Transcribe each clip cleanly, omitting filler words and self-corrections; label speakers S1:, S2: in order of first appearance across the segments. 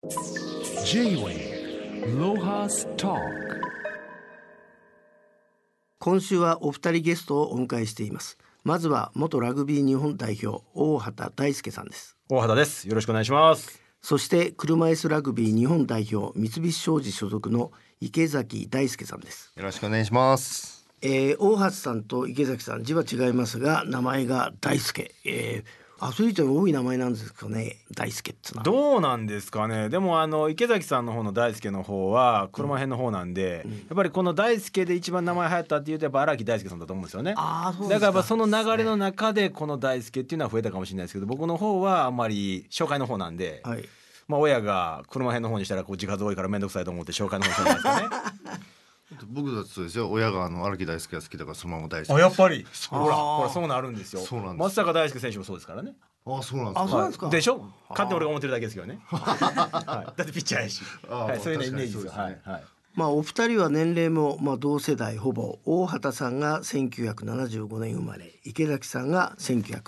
S1: J-Way ロハストーク。
S2: 今週はお二人ゲストをお迎えしています。まずは元ラグビー日本代表大畑大輔さんです。
S3: 大畑です。よろしくお願いします。
S2: そして車椅子ラグビー日本代表三菱商事所属の池崎大輔さんです。
S4: よろしくお願いします。
S2: 大畑さんと池崎さん字は違いますが名前が大輔、アスリートに多い名前なんですかね、大輔ってのは。
S3: どうなんですかね。でも池崎さんの方の大輔の方は車編の方なんで、やっぱりこの大輔で一番名前流行ったっていうとやっぱ荒木大輔さんだと思うんですよね。
S2: そうですか。
S3: だからやっぱその流れの中でこの大輔っていうのは増えたかもしれないですけど、僕の方はあんまり紹介の方なんで、
S2: はい、
S3: 親が車編の方にしたら字数多いから面倒くさいと思って紹介の方にしたんですかね。
S4: 僕だってそうですよ。親が荒木大輔が好きだからそのまま大輔。
S3: やっぱりほらそうなるんですよ。
S4: そうなんです。
S3: 松坂大輔選手もそうですからね。
S4: そうなんですか。
S2: そうなんですか。
S3: でしょ。勝手に俺が思ってるだけですけどね。だってピッチャーやし、そういうイメージですよ。
S2: お二人は年齢も同世代、ほぼ大畑さんが1975年生まれ、池崎さんが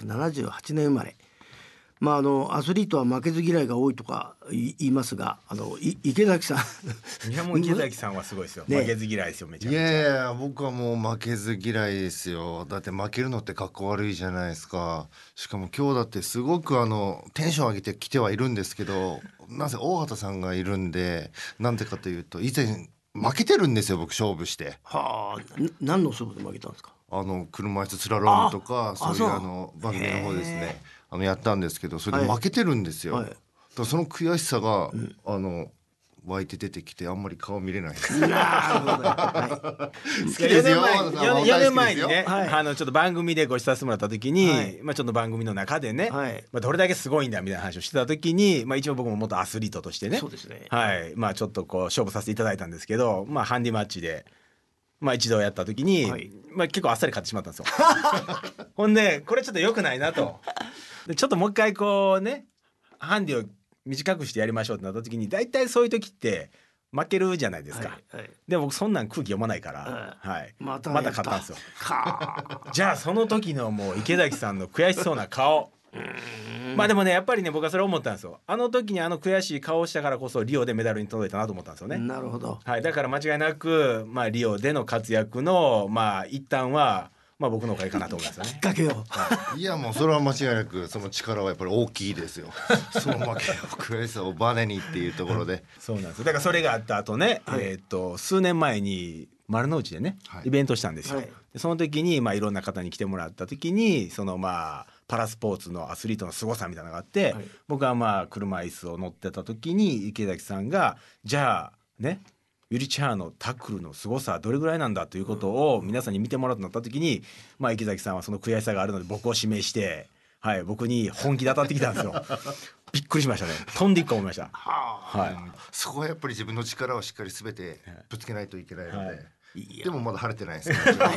S2: 1978年生まれ。アスリートは負けず嫌いが多いとか言いますが、池崎さん
S3: いやもう池崎さんはすごいですよ、負けず嫌いですよ。めちゃめちゃ。
S4: いやいや僕はもう負けず嫌いですよ。だって負けるのってかっこ悪いじゃないですか。しかも今日だってすごくテンション上げてきてはいるんですけど、なぜ大畑さんがいるんで、なんでかというと以前負けてるんですよ。僕勝負して。
S2: 何の勝負で負けたんですか。
S4: 車椅子スラロームとかそういう番組の方ですね、やったんですけど、それで負けてるんですよ。だからその悔しさが、湧いて出てきてあんまり顔見れないです。
S2: なるほど、好
S4: きですよ。
S3: 4年前にね、ちょっと番組でご一緒させてもらった時に、ちょっと番組の中でね、どれだけすごいんだみたいな話をしてた時に、一応僕も元アスリートとしてね、
S2: そうですね、
S3: ちょっと勝負させていただいたんですけど、ハンディマッチで一度やった時に、結構あっさり勝ってしまったんですよ。ほんでこれちょっと良くないなと。でちょっともう一回ハンディを短くしてやりましょうってなった時に、大体そういう時って負けるじゃないですか。でも僕そんなん空気読まないから、また勝ったんですよ。じゃあその時のもう池崎さんの悔しそうな顔。でもね、やっぱりね、僕はそれ思ったんですよ。あの時に悔しい顔をしたからこそリオでメダルに届いたなと思ったんですよね。
S2: なるほど。
S3: だから間違いなく、リオでの活躍の一端は僕のおかげかなと思いますよね。
S2: きっかけを。
S4: いやもうそれは間違いなくその力はやっぱり大きいですよ。その負けを悔しさをバネにっていうところで。
S3: そうなんです。だからそれがあった後ね、数年前に丸の内でね、イベントしたんですよ。でその時にいろんな方に来てもらった時にパラスポーツのアスリートの凄さみたいなのがあって、僕は車椅子を乗ってた時に池崎さんがじゃあね、ユリチャーのタックルの凄さはどれぐらいなんだということを皆さんに見てもらうとなった時に、池崎さんはその悔しさがあるので僕を指名して、僕に本気で当たってきたんですよ。びっくりしましたね。飛んでいくか思いました。
S4: そこはやっぱり自分の力をしっかり全てぶつけないといけないので、でもまだ晴れてないですね。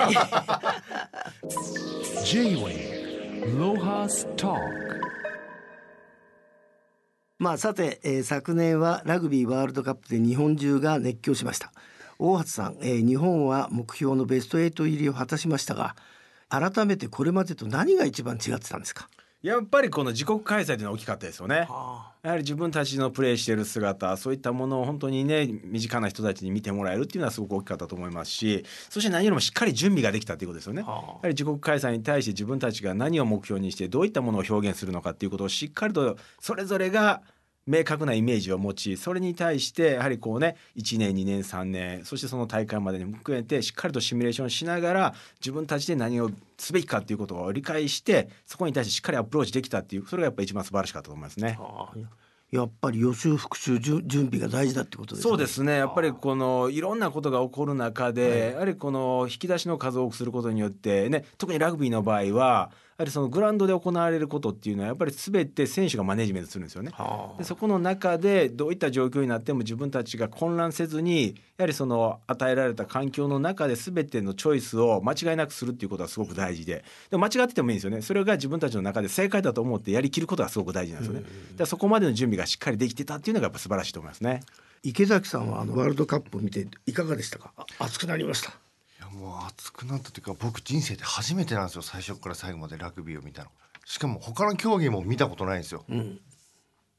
S1: J-Way ロハストーク。
S2: さて、昨年はラグビーワールドカップで日本中が熱狂しました。大畑さん、日本は目標のベスト8入りを果たしましたが、改めてこれまでと何が一番違ってたんですか。
S3: やっぱりこの自国開催というのは大きかったですよね。やはり自分たちのプレーしている姿、そういったものを本当にね、身近な人たちに見てもらえるっていうのはすごく大きかったと思いますし、そして何よりもしっかり準備ができたということですよね。やはり自国開催に対して自分たちが何を目標にしてどういったものを表現するのかっていうことをしっかりとそれぞれが明確なイメージを持ち、それに対してやはり1年2年3年、そしてその大会までに含めてしっかりとシミュレーションしながら自分たちで何をすべきかっていうことを理解して、そこに対してしっかりアプローチできたっていう、それがやっぱり一番素晴らしかったと思いますね。
S2: やっぱり予習復習準備が大事だってことですね。
S3: そうですね。やっぱりいろんなことが起こる中で、やはり引き出しの数を多くすることによってね、特にラグビーの場合はやはりそのグラウンドで行われることっていうのはやっぱり全て選手がマネジメントするんですよね。でそこの中でどういった状況になっても自分たちが混乱せずに、やはりその与えられた環境の中で全てのチョイスを間違いなくするっていうことはすごく大事で、間違っててもいいんですよね。それが自分たちの中で正解だと思ってやりきることがすごく大事なんですよね。でそこまでの準備がしっかりできてたっていうのがやっぱ素晴らしいと思いますね。
S2: 池崎さんはワールドカップを見ていかがでしたか。熱くなりました。
S4: もう熱くなったというか、僕人生で初めてなんですよ。最初から最後までラグビーを見たの。しかも他の競技も見たことないんですよ。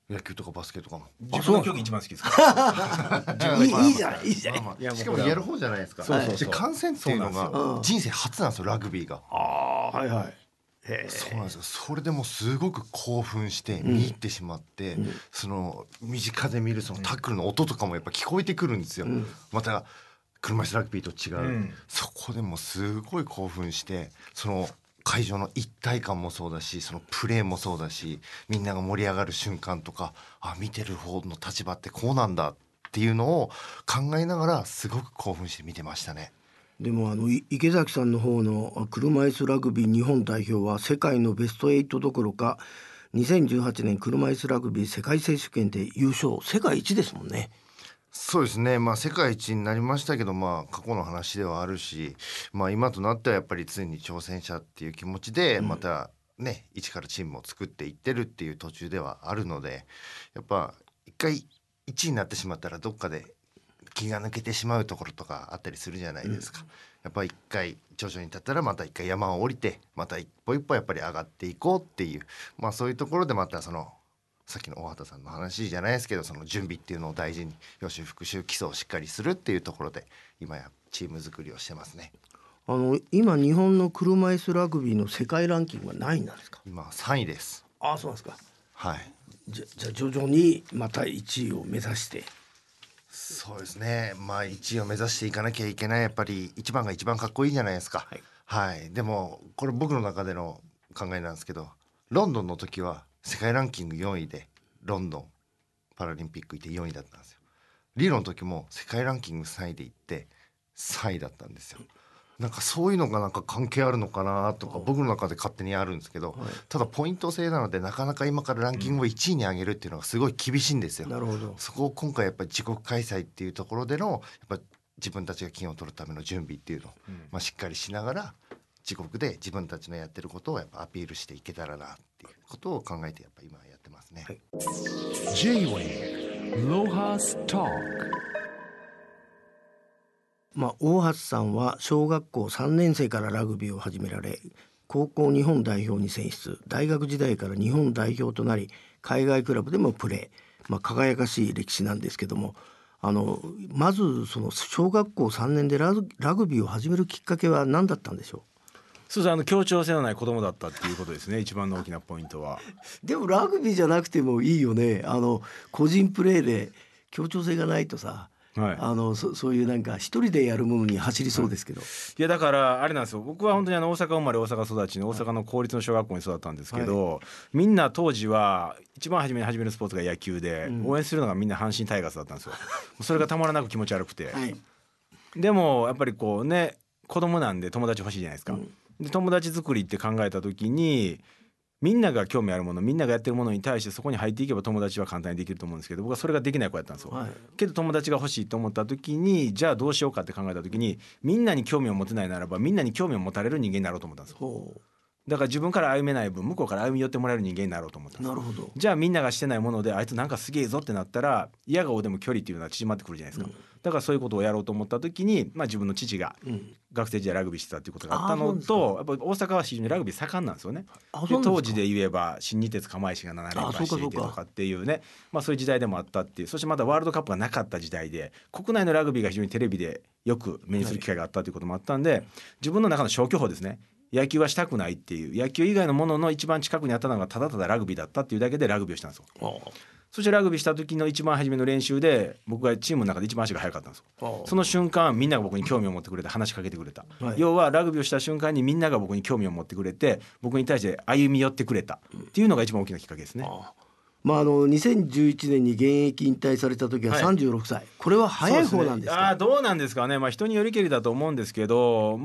S4: 野球とかバスケとかも。
S3: 自分の競技一番好きですから
S2: いいじゃないいいじゃない。
S3: いやもう
S4: しかもやる方じゃないですか。
S3: そうそうそう
S4: で観戦っていうの
S3: そうなん
S4: が人生初なんですよ、ラグビーが。
S2: はいはい。
S4: そうなんですよ。それでもうすごく興奮して見入ってしまって、その身近で見るそのタックルの音とかもやっぱ聞こえてくるんですよ。また車椅子ラグビーと違う、そこでもうすごい興奮して、その会場の一体感もそうだし、そのプレーもそうだし、みんなが盛り上がる瞬間とか、あ、見てる方の立場ってこうなんだっていうのを考えながらすごく興奮して見てましたね。
S2: でも池崎さんの方の車椅子ラグビー日本代表は世界のベスト8どころか2018年車椅子ラグビー世界選手権で優勝、世界一ですもんね。
S4: そうですね、世界一になりましたけど、過去の話ではあるし、今となってはやっぱり常に挑戦者っていう気持ちでまたね、一からチームを作っていってるっていう途中ではあるので、やっぱ一回1位になってしまったらどっかで気が抜けてしまうところとかあったりするじゃないですか。やっぱ一回頂上に立ったらまた一回山を降りて、また一歩一歩やっぱり上がっていこうっていう、そういうところでまたそのさっきの大畑さんの話じゃないですけど、その準備っていうのを大事に予習復習基礎をしっかりするっていうところで今やチーム作りをしてますね。
S2: 今日本の車椅子ラグビーの世界ランキングは何位なんですか？
S4: 今3位です。
S2: あ、そうなんですか。
S4: はい。
S2: じゃあ徐々にまた1位を目指して。
S4: そうですね、1位を目指していかなきゃいけない。やっぱり1番が一番かっこいいじゃないですか。はい、でもこれ僕の中での考えなんですけど、ロンドンの時は世界ランキング4位でロンドンパラリンピック行って4位だったんですよ。リオの時も世界ランキング3位で行って3位だったんですよ。なんかそういうのがなんか関係あるのかなとか僕の中で勝手にあるんですけど、ただポイント制なのでなかなか今からランキングを1位に上げるっていうのがすごい厳しいんですよ。
S2: なるほど。
S4: そこを今回やっぱり自国開催っていうところでのやっぱ自分たちが金を取るための準備っていうのを、しっかりしながら自国で自分たちのやってることをやっぱアピールしていけたらなっていうことを考えてやっぱ今やってますね。
S1: J-Way ロハスターク。
S2: 大橋さんは小学校3年生からラグビーを始められ、高校日本代表に選出、大学時代から日本代表となり海外クラブでもプレー、輝かしい歴史なんですけども、まずその小学校3年でラグビーを始めるきっかけは何だったんでしょう？
S3: そうです、協調性のない子供だったっていうことですね、一番の大きなポイントは。
S2: でもラグビーじゃなくてもいいよね。個人プレーで協調性がないとさ、そういうなんか一人でやるものに走りそうですけど、
S3: いやだからあれなんですよ、僕は本当に大阪生まれ大阪育ちの大阪の公立の小学校に育ったんですけど、みんな当時は一番初めに始めるスポーツが野球で、応援するのがみんな阪神タイガースだったんですよ。それがたまらなく気持ち悪くて、でもやっぱりこうね、子供なんで友達欲しいじゃないですか。で友達作りって考えた時に、みんなが興味あるもの、みんながやってるものに対してそこに入っていけば友達は簡単にできると思うんですけど、僕はそれができない子やったんですよ。けど友達が欲しいと思った時に、じゃあどうしようかって考えた時に、みんなに興味を持てないならばみんなに興味を持たれる人間になろうと思ったんですよ。だから自分から歩めない分向こうから歩み寄ってもらえる人間になろうと思ったんです。
S2: なるほど。
S3: じゃあみんながしてないものであいつなんかすげえぞってなったら、嫌顔でも距離っていうのは縮まってくるじゃないですか。だからそういうことをやろうと思った時に、自分の父が学生時代ラグビーしてたっていうことがあったのと、やっぱ大阪は非常にラグビー盛んなんですよね。で当時で言えば新日鉄釜石が7連覇していてとかっていうね、そういう時代でもあったっていう。そしてまだワールドカップがなかった時代で、国内のラグビーが非常にテレビでよく目にする機会があったということもあったんで、自分の中の消去法ですね、野球はしたくないっていう、野球以外のものの一番近くにあったのがただただラグビーだったっていうだけでラグビーをしたんですよ。そしてラグビーした時の一番初めの練習で僕がチームの中で一番足が速かったんですよ。その瞬間みんなが僕に興味を持ってくれて話しかけてくれた、要はラグビーをした瞬間にみんなが僕に興味を持ってくれて、僕に対して歩み寄ってくれたっていうのが一番大きなきっかけですね。
S2: 2011年に現役引退された時は36歳、これは早い方なんですか？
S3: どうなんですかね。人によりけりだと思うんですけど、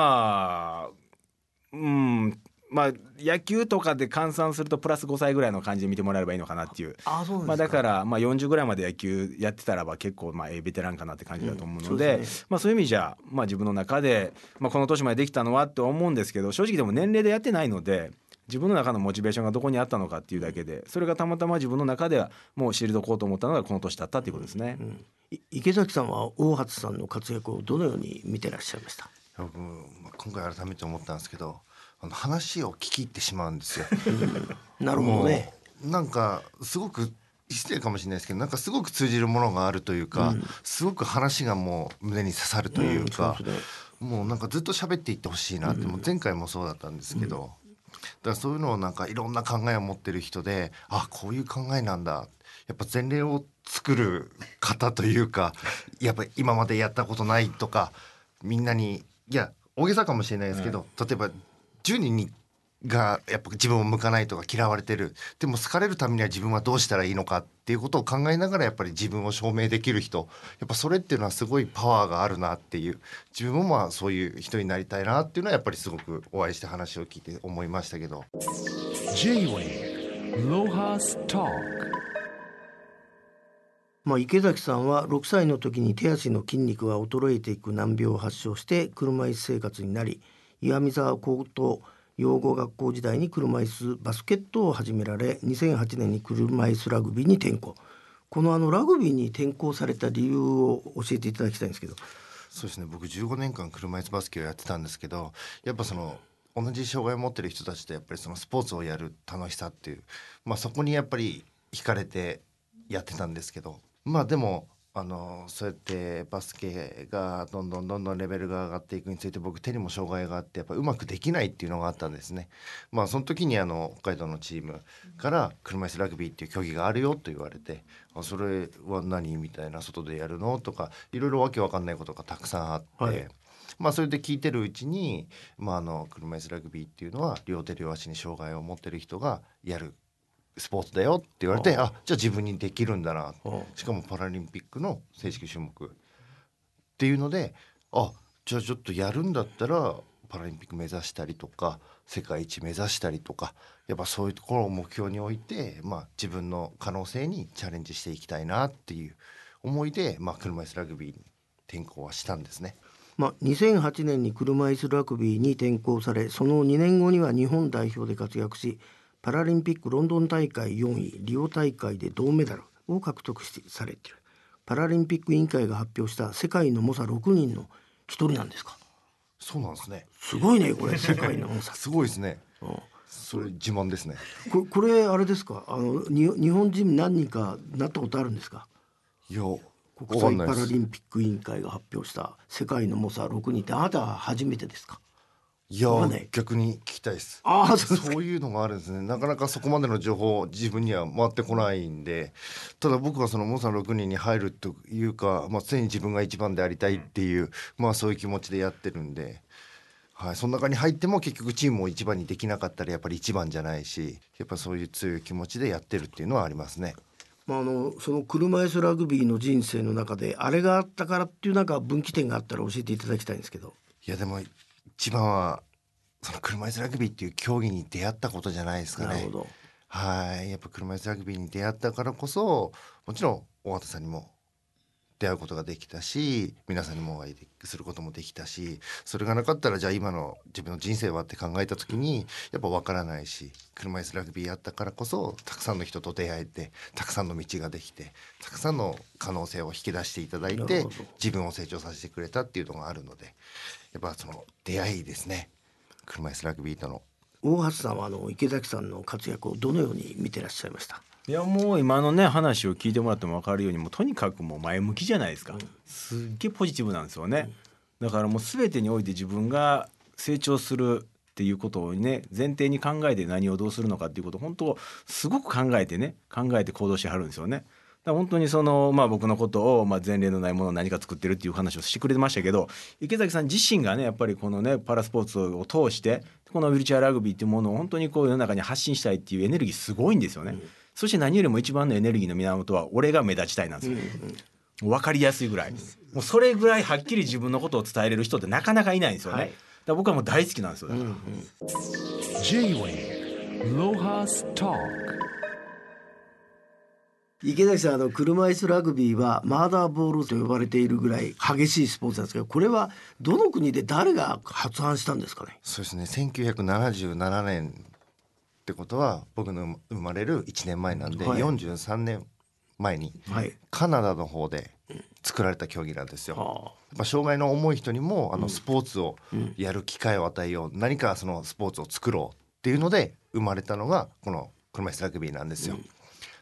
S3: 野球とかで換算するとプラス5歳ぐらいの感じで見てもらえればいいのかなっていう。だから40ぐらいまで野球やってたらば結構ベテランかなって感じだと思うので、そういう意味じゃ自分の中で、この年までできたのはって思うんですけど、正直でも年齢でやってないので、自分の中のモチベーションがどこにあったのかっていうだけで、それがたまたま自分の中ではもう退こうと思ったのがこの年だったっていうことですね。
S2: 池崎さんは大畑さんの活躍をどのように見てらっしゃいました？
S4: 僕今回改めて思ったんですけど、話を聞き入ってしまうんですよ。
S2: なるほどね。
S4: なんかすごく失礼かもしれないですけどなんかすごく通じるものがあるというか、すごく話がもう胸に刺さるというか、
S2: そうですね。
S4: もうなんかずっと喋っていってほしいなって、もう前回もそうだったんですけど、だからそういうのをなんかいろんな考えを持ってる人で、あこういう考えなんだ、やっぱ前例を作る方というか、やっぱ今までやったことないとか、みんなにいや大げさかもしれないですけど、例えば10人にがやっぱ自分を向かないとか嫌われてる、でも好かれるためには自分はどうしたらいいのかっていうことを考えながらやっぱり自分を証明できる人、やっぱそれっていうのはすごいパワーがあるなっていう、自分もまあそういう人になりたいなっていうのはやっぱりすごくお会いして話を聞いて思いましたけど。
S1: J-Way Lohas Talk
S2: 池崎さんは6歳の時に手足の筋肉が衰えていく難病を発症して車椅子生活になり、岩見沢高等養護学校時代に車椅子バスケットを始められ、2008年に車椅子ラグビーに転向。このラグビーに転向された理由を教えていただきたいんですけど。
S4: そうですね、僕15年間車椅子バスケをやってたんですけど、やっぱその同じ障害を持ってる人たちとやっぱりそのスポーツをやる楽しさっていう、そこにやっぱり惹かれてやってたんですけど、でもそうやってバスケがどんどんレベルが上がっていくについて、僕手にも障害があってやっぱうまくできないっていうのがあったんですね。その時に北海道のチームから車椅子ラグビーっていう競技があるよと言われて、それは何みたいな、外でやるのとかいろいろわけわかんないことがたくさんあって、
S2: はい、
S4: それで聞いてるうちに、車椅子ラグビーっていうのは両手両足に障害を持ってる人がやるスポーツだよって言われて、じゃあ自分にできるんだな、しかもパラリンピックの正式種目っていうので、じゃあちょっとやるんだったらパラリンピック目指したりとか世界一目指したりとか、やっぱそういうところを目標に置いて、自分の可能性にチャレンジしていきたいなっていう思いで、車椅子ラグビーに転向はしたんですね。
S2: 2008年に車椅子ラグビーに転向され、その2年後には日本代表で活躍し、パラリンピックロンドン大会4位、リオ大会で銅メダルを獲得されている。パラリンピック委員会が発表した世界の猛者6人の1人なんですか。
S4: そうなんですね。
S2: すごいねこれ、世界の猛者
S4: すごいですね。それ自慢ですね。
S2: これあれですか、日本人何人かなったことあるんですか。
S4: いや
S2: 国際パラリンピック委員会が発表した世界の猛者6人って、あなたは初めてですか。
S4: いや、逆に聞きたいです。そういうのがあるんですね。なかなかそこまでの情報自分には回ってこないんで、ただ僕はその猛者6人に入るというか、常に自分が一番でありたいっていう、そういう気持ちでやってるんで、その中に入っても結局チームを一番にできなかったらやっぱり一番じゃないし、やっぱそういう強い気持ちでやってるっていうのはありますね。
S2: その車椅子ラグビーの人生の中であれがあったからっていうなんか分岐点があったら教えていただきたいんですけど。
S4: いやでも一番はその車椅子ラグビーっていう競技に出会ったことじゃないですかね。
S2: なるほど。
S4: やっぱ車椅子ラグビーに出会ったからこそ、もちろん大畑さんにも出会うことができたし、皆さんにもお会いすることもできたし、それがなかったらじゃあ今の自分の人生はって考えた時にやっぱ分からないし、車椅子ラグビーやったからこそたくさんの人と出会えて、たくさんの道ができて、たくさんの可能性を引き出していただいて自分を成長させてくれたっていうのがあるので、やっぱその出会いですね、車椅子ラグビーとの。
S2: 大橋さんは池崎さんの活躍をどのように見てらっしゃいました。
S3: いやもう今のね話を聞いてもらっても分かるように、もうとにかくもう前向きじゃないですか。すっげえポジティブなんですよね。だからもう全てにおいて自分が成長するっていうことをね前提に考えて何をどうするのかっていうことを本当すごく考えて行動しはるんですよね。だから本当に僕のことを前例のないものを何か作ってるっていう話をしてくれてましたけど、池崎さん自身がねやっぱりこのねパラスポーツを通してこのウィルチェアラグビーっていうものを本当にこう世の中に発信したいっていうエネルギーすごいんですよね。そして何よりも一番のエネルギーの源は俺が目立ちたいなんですよ。分かりやすいぐらい、もうそれぐらいはっきり自分のことを伝えれる人ってなかなかいないんですよね。だから僕はもう大好きなんですよ。だから、
S1: J-Way Lohas Talk
S2: 池崎さん、車椅子ラグビーはマーダーボールと呼ばれているぐらい激しいスポーツなんですけど、これはどの国で誰が発案したんですかね。
S4: そうですね、1977年ってことは僕の生まれる1年前なんで、43年前にカナダの方で作られた競技なんですよ。障害の重い人にもスポーツをやる機会を与えよう、何かそのスポーツを作ろうっていうので生まれたのがこの車椅子ラグビーなんですよ。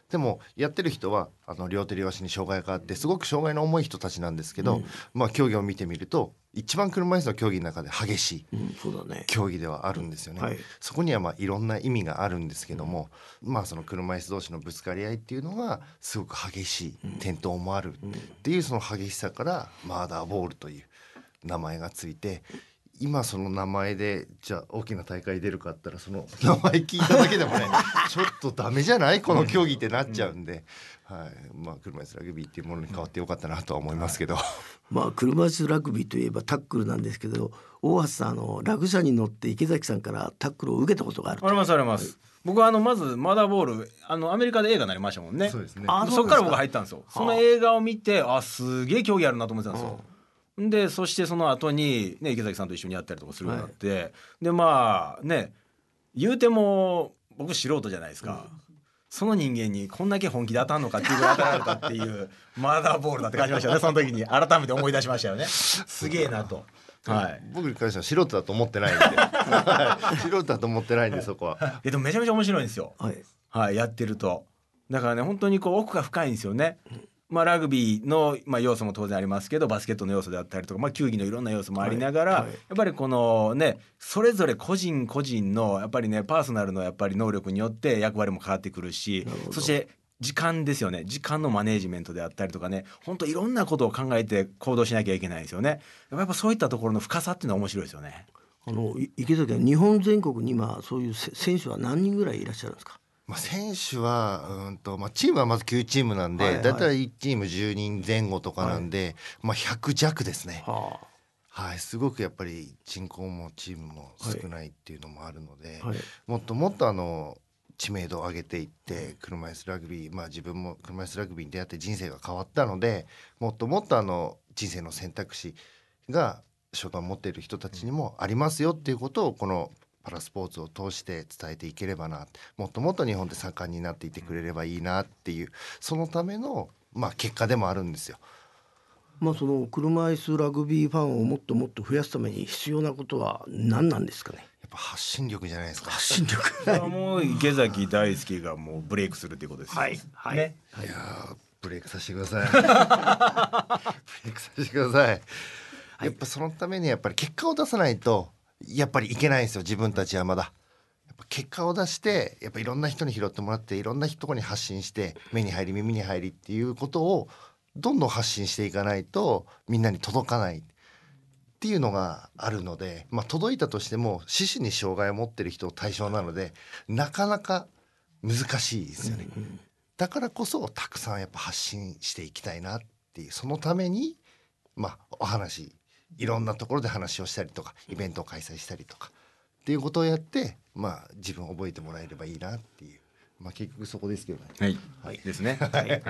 S4: でもやってる人は両手両足に障害があってすごく障害の重い人たちなんですけど、競技を見てみると一番車椅子の競技の中で激しい
S2: そうだね。
S4: 競技ではあるんですよね。
S2: はい。
S4: そこにはいろんな意味があるんですけども、その車椅子同士のぶつかり合いっていうのがすごく激しい、転倒もあるっていうその激しさからマーダーボールという名前がついて、今その名前でじゃあ大きな大会出るかって言ったらその名前聞いただけでもねちょっとダメじゃないこの競技ってなっちゃうんで、車椅子ラグビーっていうものに変わってよかったなとは思いますけど、
S2: 車椅子ラグビーといえばタックルなんですけど、大橋さんラグ車に乗って池崎さんからタックルを受けたことがあると。
S3: ありますあります。僕はまずマーダーボールアメリカで映画になりましたもんね。
S4: そうですね。
S3: そこから僕入ったんですよ。その映画を見てすげえ競技あるなと思ってたんですよ。でそしてその後に池崎さんと一緒にやったりとかするようになって、で言うても僕素人じゃないですか、その人間にこんだけ本気で当たんのかっていうぐらい当たられたっていうマーダーボールだって感じましたよね。その時に改めて思い出しましたよね。すげえなと。
S4: 僕に関しては素人だと思ってないんで素人だと思ってないんでそこは。
S3: でもめちゃめちゃ面白いんですよ。やってると。だからね本当に奥が深いんですよね。ラグビーの、要素も当然ありますけどバスケットの要素であったりとか、球技のいろんな要素もありながら、やっぱりこのねそれぞれ個人個人のやっぱりねパーソナルのやっぱり能力によって役割も変わってくるし、そして時間ですよね。時間のマネージメントであったりとかね、本当いろんなことを考えて行動しなきゃいけないですよね。やっぱそういったところの深さっていうのは面白いですよね。
S2: 池崎は日本全国に今そういう選手は何人ぐらいいらっしゃるんですか？
S4: 選手はチームはまず9チームなんで、だいたい1チーム10人前後とかなんで、100弱ですね。すごくやっぱり人口もチームも少ないっていうのもあるので、もっともっと知名度を上げていって車椅子ラグビー、自分も車椅子ラグビーに出会って人生が変わったので、もっともっと人生の選択肢が障害を持っている人たちにもありますよっていうことをこのパラスポーツを通して伝えていければな、もっともっと日本で盛んになっていてくれればいいなっていう、そのための結果でもあるんですよ。
S2: その車椅子ラグビーファンをもっともっと増やすために必要なことは何なんですかね？
S4: やっぱ発信力じゃないですか。
S2: 発信力
S3: もう池崎大輔がもうブレイクするっていうことですよ。
S2: ね、
S4: いやブレイクさせてくださいブレイクさせてください。やっぱそのためにやっぱり結果を出さないとやっぱりいけないんですよ。自分たちはまだやっぱ結果を出してやっぱいろんな人に拾ってもらっていろんなところに発信して目に入り耳に入りっていうことをどんどん発信していかないとみんなに届かないっていうのがあるので、届いたとしても四肢に障害を持ってる人を対象なのでなかなか難しいですよね。だからこそたくさんやっぱ発信していきたいなっていう、そのためにお話いろんなところで話をしたりとかイベントを開催したりとかっていうことをやって自分を覚えてもらえればいいなっていう、結局そこですけどね。
S3: ですね。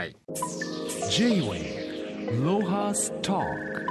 S1: J-Way ロハストーク。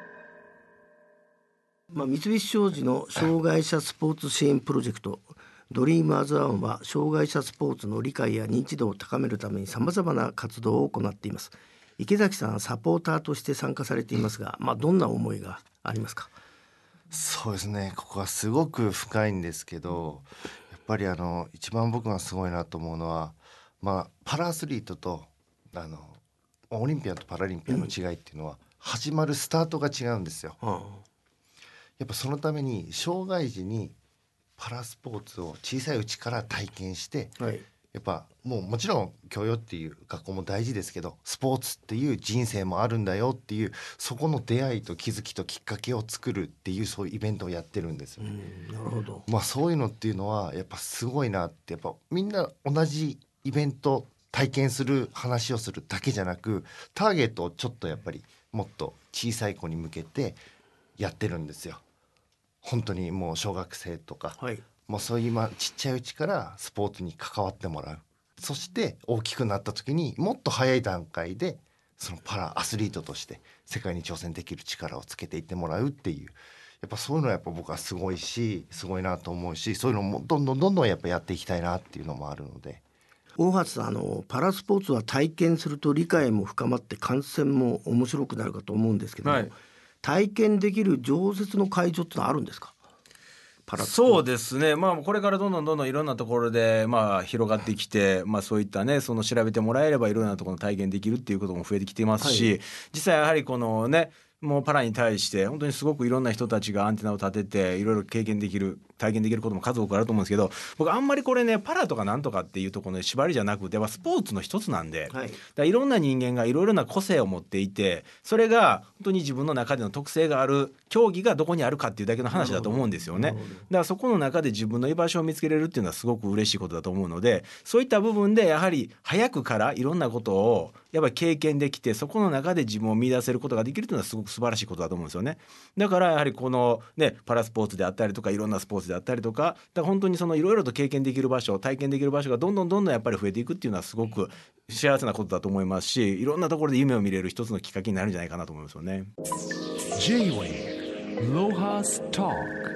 S2: 三菱商事の障害者スポーツ支援プロジェクトドリームアズワンは障害者スポーツの理解や認知度を高めるためにさまざまな活動を行っています。池崎さんはサポーターとして参加されていますが、どんな思いがありますか？
S4: そうですね、ここはすごく深いんですけど、やっぱり一番僕がすごいなと思うのは、パラアスリートとオリンピアンとパラリンピアンの違いっていうのは、始まるスタートが違うんですよ。やっぱそのために障害児にパラスポーツを小さいうちから体験して、やっぱもちろん教養っていう学校も大事ですけどスポーツっていう人生もあるんだよっていう、そこの出会いと気づきときっかけを作るっていう、そういうイベントをやってるんですよ。
S2: なるほど。
S4: そういうのっていうのはやっぱすごいなって、やっぱみんな同じイベント体験する話をするだけじゃなく、ターゲットをちょっとやっぱりもっと小さい子に向けてやってるんですよ。本当にもう小学生とか、もうそういうちっちゃいうちからスポーツに関わってもらう。そして大きくなった時にもっと早い段階でそのパラアスリートとして世界に挑戦できる力をつけていってもらうっていう、やっぱそういうのはやっぱ僕はすごいし、すごいなと思うし、そういうのもどんどんやっぱやっていきたいなっていうのもあるので。
S2: 大橋さん、パラスポーツは体験すると理解も深まって観戦も面白くなるかと思うんですけども、体験できる常設の会場ってのはあるんですか？ パラスポーツ。
S3: そうですね、これからどんどんいろんなところで広がってきて、そういったねその調べてもらえればいろんなところの体験できるっていうことも増えてきていますし、
S2: はい、
S3: 実際やはりこのねもうパラに対して本当にすごくいろんな人たちがアンテナを立てていろいろ経験できる体験できることも数多くあると思うんですけど、僕あんまりこれねパラとかなんとかっていうところの縛りじゃなくてスポーツの一つなんで、
S2: はい、
S3: だからいろんな人間がいろいろな個性を持っていて、それが本当に自分の中での特性がある競技がどこにあるかっていうだけの話だと思うんですよね。だからそこの中で自分の居場所を見つけれるっていうのはすごく嬉しいことだと思うので、そういった部分でやはり早くからいろんなことをやっぱり経験できて、そこの中で自分を見出せることができるというのはすごく素晴らしいことだと思うんですよね。だからやはりこのねパラスポーツであったりとかいろんなスポーツであったりとか、だから本当にそのいろいろと経験できる場所、体験できる場所がどんどんやっぱり増えていくっていうのはすごく幸せなことだと思いますし、いろんなところで夢を見れる一つのきっかけになるんじゃないかなと思いますよね。
S1: J-Way Lohas Talk。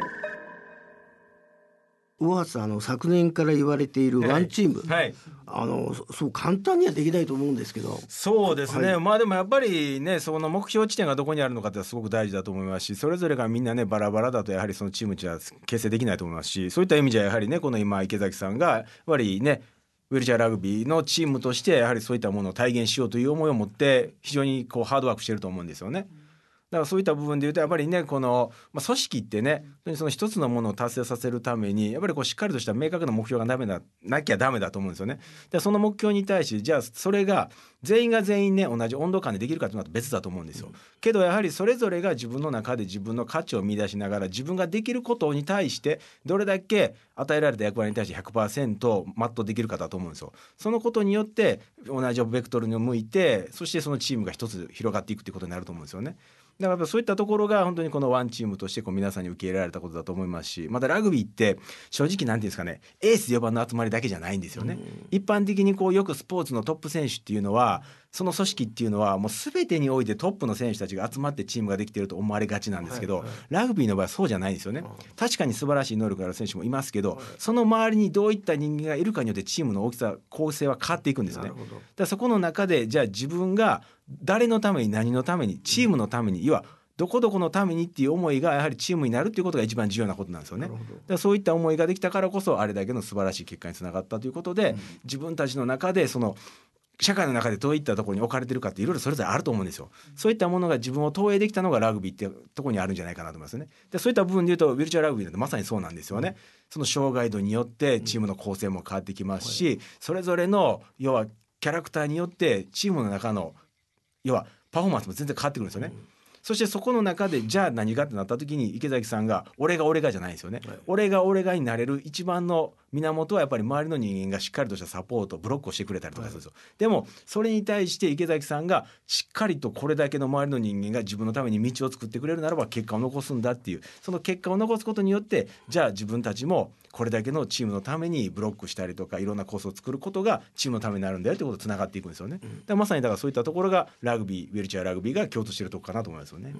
S2: 大橋さん、昨年から言われているワンチーム、
S3: はい、
S2: そう簡単にはできないと思うんですけど。
S3: そうですね、
S2: はい、
S3: でもやっぱりねその目標地点がどこにあるのかってすごく大事だと思いますし、それぞれがみんなねバラバラだとやはりそのチームじゃ形成できないと思いますし、そういった意味じゃやはりねこの今池崎さんがやっぱりねウェルチャーラグビーのチームとしてやはりそういったものを体現しようという思いを持って非常にハードワークしてると思うんですよね。だからそういった部分でいうとやっぱりねこの、組織ってね本当にその一つのものを達成させるためにやっぱりしっかりとした明確な目標がなきゃダメだと思うんですよね。でその目標に対してじゃあそれが全員が全員ね同じ温度感でできるかというのは別だと思うんですよ。けどやはりそれぞれが自分の中で自分の価値を見出しながら自分ができることに対してどれだけ与えられた役割に対して 100% 全うできるかだと思うんですよ。そのことによって同じベクトルに向いて、そしてそのチームが一つ広がっていくということになると思うんですよね。だからそういったところが本当にこのワンチームとして皆さんに受け入れられたことだと思いますし、またラグビーって正直なんていうんですかね、エース4番の集まりだけじゃないんですよね。一般的によくスポーツのトップ選手っていうのはその組織っていうのはもう全てにおいてトップの選手たちが集まってチームができていると思われがちなんですけど、ラグビーの場合はそうじゃないんですよね。確かに素晴らしい能力ある選手もいますけど、その周りにどういった人間がいるかによってチームの大きさ構成は変わっていくんですよね。だからそこの中でじゃあ自分が誰のために何のためにチームのために要はどこどこのためにっていう思いがやはりチームになるっていうことが一番重要なことなんですよね。だからそういった思いができたからこそあれだけの素晴らしい結果につながったということで、自分たちの中でその社会の中でどういったところに置かれてるかっていろいろそれぞれあると思うんですよ。そういったものが自分を投影できたのがラグビーってところにあるんじゃないかなと思いますね。でそういった部分でいうとウィルチャーラグビーなんてまさにそうなんですよね。その障害度によってチームの構成も変わってきますし、それぞれの要はキャラクターによってチームの中の要はパフォーマンスも全然変わってくるんですよね。そしてそこの中でじゃあ何がってなった時に池崎さんが俺がじゃないんですよね、俺がになれる一番の源はやっぱり周りの人間がしっかりとしたサポートブロックをしてくれたりとかするんですよ。でもそれに対して池崎さんがしっかりとこれだけの周りの人間が自分のために道を作ってくれるならば結果を残すんだっていう、その結果を残すことによってじゃあ自分たちもこれだけのチームのためにブロックしたりとかいろんなコースを作ることがチームのためになるんだよということとつながっていくんですよね。まさにだからそういったところがラグビーウェルチャーラグビーが共通しているところかなと思いますよね。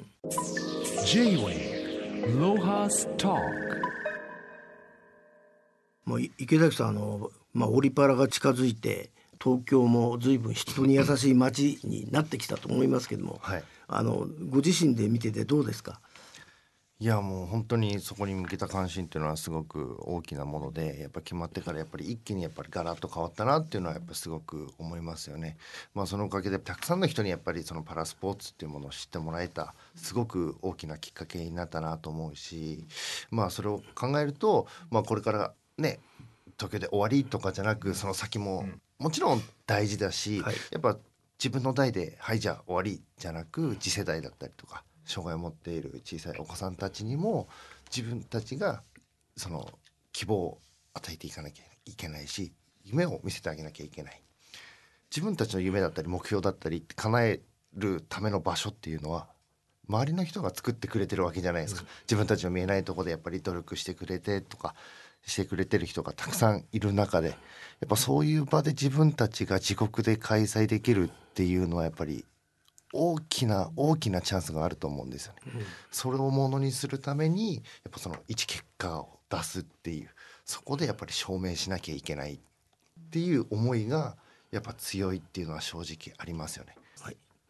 S1: J-Way Lohas Talk。
S2: 池崎さんオリパラが近づいて東京も随分人に優しい街になってきたと思いますけども、
S4: はい、
S2: ご自身で見ててどうですか？
S4: いやもう本当にそこに向けた関心っていうのはすごく大きなもので、やっぱ決まってからやっぱり一気にやっぱりガラッと変わったなっていうのはやっぱりすごく思いますよね。そのおかげでたくさんの人にやっぱりそのパラスポーツっていうものを知ってもらえたすごく大きなきっかけになったなと思うし、それを考えると、これからね東京で終わりとかじゃなくその先ももちろん大事だし、やっぱ自分の代ではいじゃあ終わりじゃなく次世代だったりとか障害を持っている小さいお子さんたちにも自分たちがその希望を与えていかなきゃいけないし、夢を見せてあげなきゃいけない。自分たちの夢だったり目標だったり叶えるための場所っていうのは周りの人が作ってくれてるわけじゃないですか。自分たちの見えないところでやっぱり努力してくれてとかしてくれてる人がたくさんいる中で、やっぱそういう場で自分たちが自国で開催できるっていうのはやっぱり大きなチャンスがあると思うんですよね。それをものにするためにやっぱその一結果を出すっていう、そこでやっぱり証明しなきゃいけないっていう思いがやっぱ強いっていうのは正直ありますよね。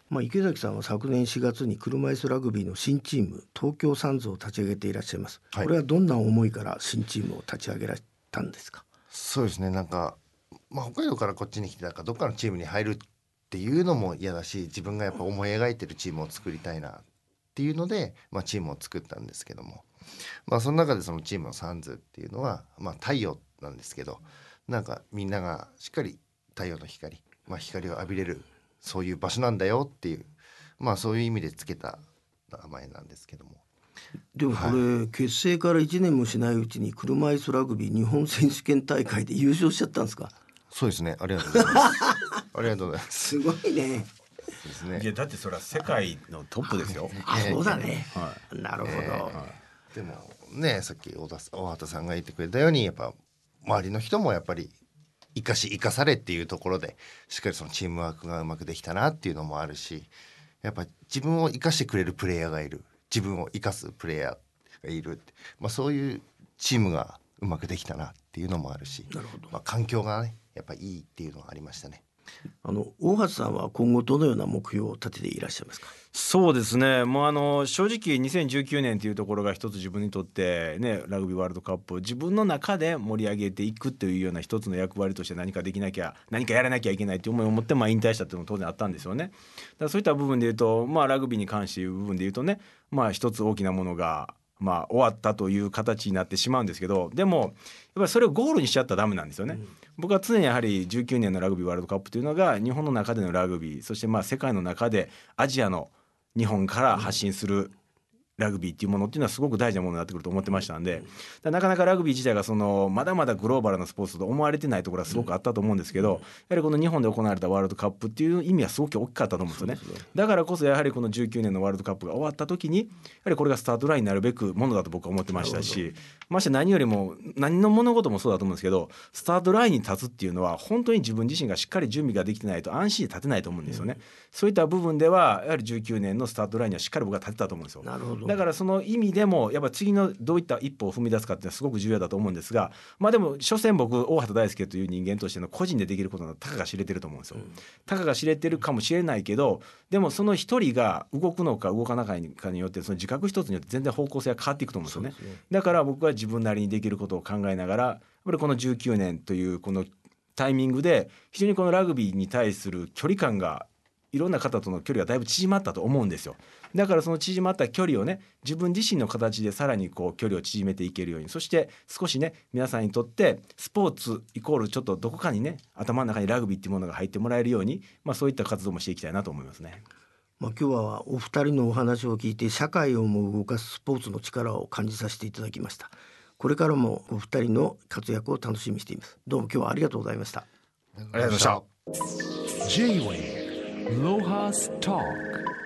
S2: 池崎さんは昨年4月に車椅子ラグビーの新チーム東京サンズを立ち上げていらっしゃいます、
S4: はい、
S2: これはどんな思いから新チームを立ち上げられたんですか？
S4: そうですね、なんか、北海道からこっちに来てどっかのチームに入るっていうのも嫌だし、自分がやっぱ思い描いてるチームを作りたいなっていうので、チームを作ったんですけども、その中でそのチームのサンズっていうのは、太陽なんですけど、なんかみんながしっかり太陽の光、光を浴びれるそういう場所なんだよっていう、そういう意味でつけた名前なんですけども。
S2: でもこれ、結成から1年もしないうちに車椅子ラグビー日本選手権大会で優勝しちゃったんですか？
S4: そうですね、ありがとうございますありがとうございます。
S2: すごいね。
S4: そうですね、
S3: いやだってそれは世界のトップですよ。
S2: そうだね、
S3: はい
S2: なるほど、
S4: でもね、さっき大畑さんが言ってくれたように、やっぱ周りの人もやっぱり生かされっていうところでしっかりそのチームワークがうまくできたなっていうのもあるし、やっぱ自分を生かしてくれるプレイヤーがいる、自分を生かすプレイヤーがいるって、そういうチームがうまくできたなっていうのもあるし、
S2: なるほど、
S4: 環境がねやっぱいいっていうのがありましたね。
S2: 大橋さんは今後どのような目標を立てていらっしゃいますか？
S3: そうですね、もう正直2019年というところが一つ自分にとってね、ラグビーワールドカップを自分の中で盛り上げていくというような一つの役割として何かやらなきゃいけないという思いを持って引退したというのも当然あったんですよね。だからそういった部分でいうと、ラグビーに関していう部分でいうとね、一つ大きなものが終わったという形になってしまうんですけど、でもやっぱりそれをゴールにしちゃったらダメなんですよね、僕は常にやはり19年のラグビーワールドカップというのが日本の中でのラグビー、そして世界の中でアジアの日本から発信するラグビーっていうものっていうのはすごく大事なものになってくると思ってましたんで、なかなかラグビー自体がまだまだグローバルなスポーツと思われてないところはすごくあったと思うんですけど、やはりこの日本で行われたワールドカップっていう意味はすごく大きかったと思うんですよね。だからこそやはりこの19年のワールドカップが終わった時にやはりこれがスタートラインになるべくものだと僕は思ってましたし、まして何よりも何の物事もそうだと思うんですけど、スタートラインに立つっていうのは本当に自分自身がしっかり準備ができてないと安心で立てないと思うんですよね、そういった部分ではやはり19年のスタートラインにはしっかり僕は立てたと思うんですよ。
S2: なるほど。
S3: だからその意味でもやっぱ次のどういった一歩を踏み出すかっていうのはすごく重要だと思うんですが、でも所詮僕大畑大輔という人間としての個人でできることのたかが知れてると思うんですよ、たかが知れてるかもしれないけど、でもその一人が動くのか動かないかによってその自覚一つによって全然方向性が変わっていくと思うんですよね。だから僕は自分なりにできることを考えながら、やっぱりこの19年というこのタイミングで非常にこのラグビーに対する距離感がいろんな方との距離がだいぶ縮まったと思うんですよ。だからその縮まった距離をね、自分自身の形でさらにこう距離を縮めていけるように、そして少しね皆さんにとってスポーツイコールちょっとどこかにね頭の中にラグビーっていうものが入ってもらえるように、そういった活動もしていきたいなと思いますね。
S2: 今日はお二人のお話を聞いて社会をも動かすスポーツの力を感じさせていただきました。これからもお二人の活躍を楽しみにしています。どうも今日はありがとうございました。
S3: ありがとうございました。
S1: J-Way Lohas Talk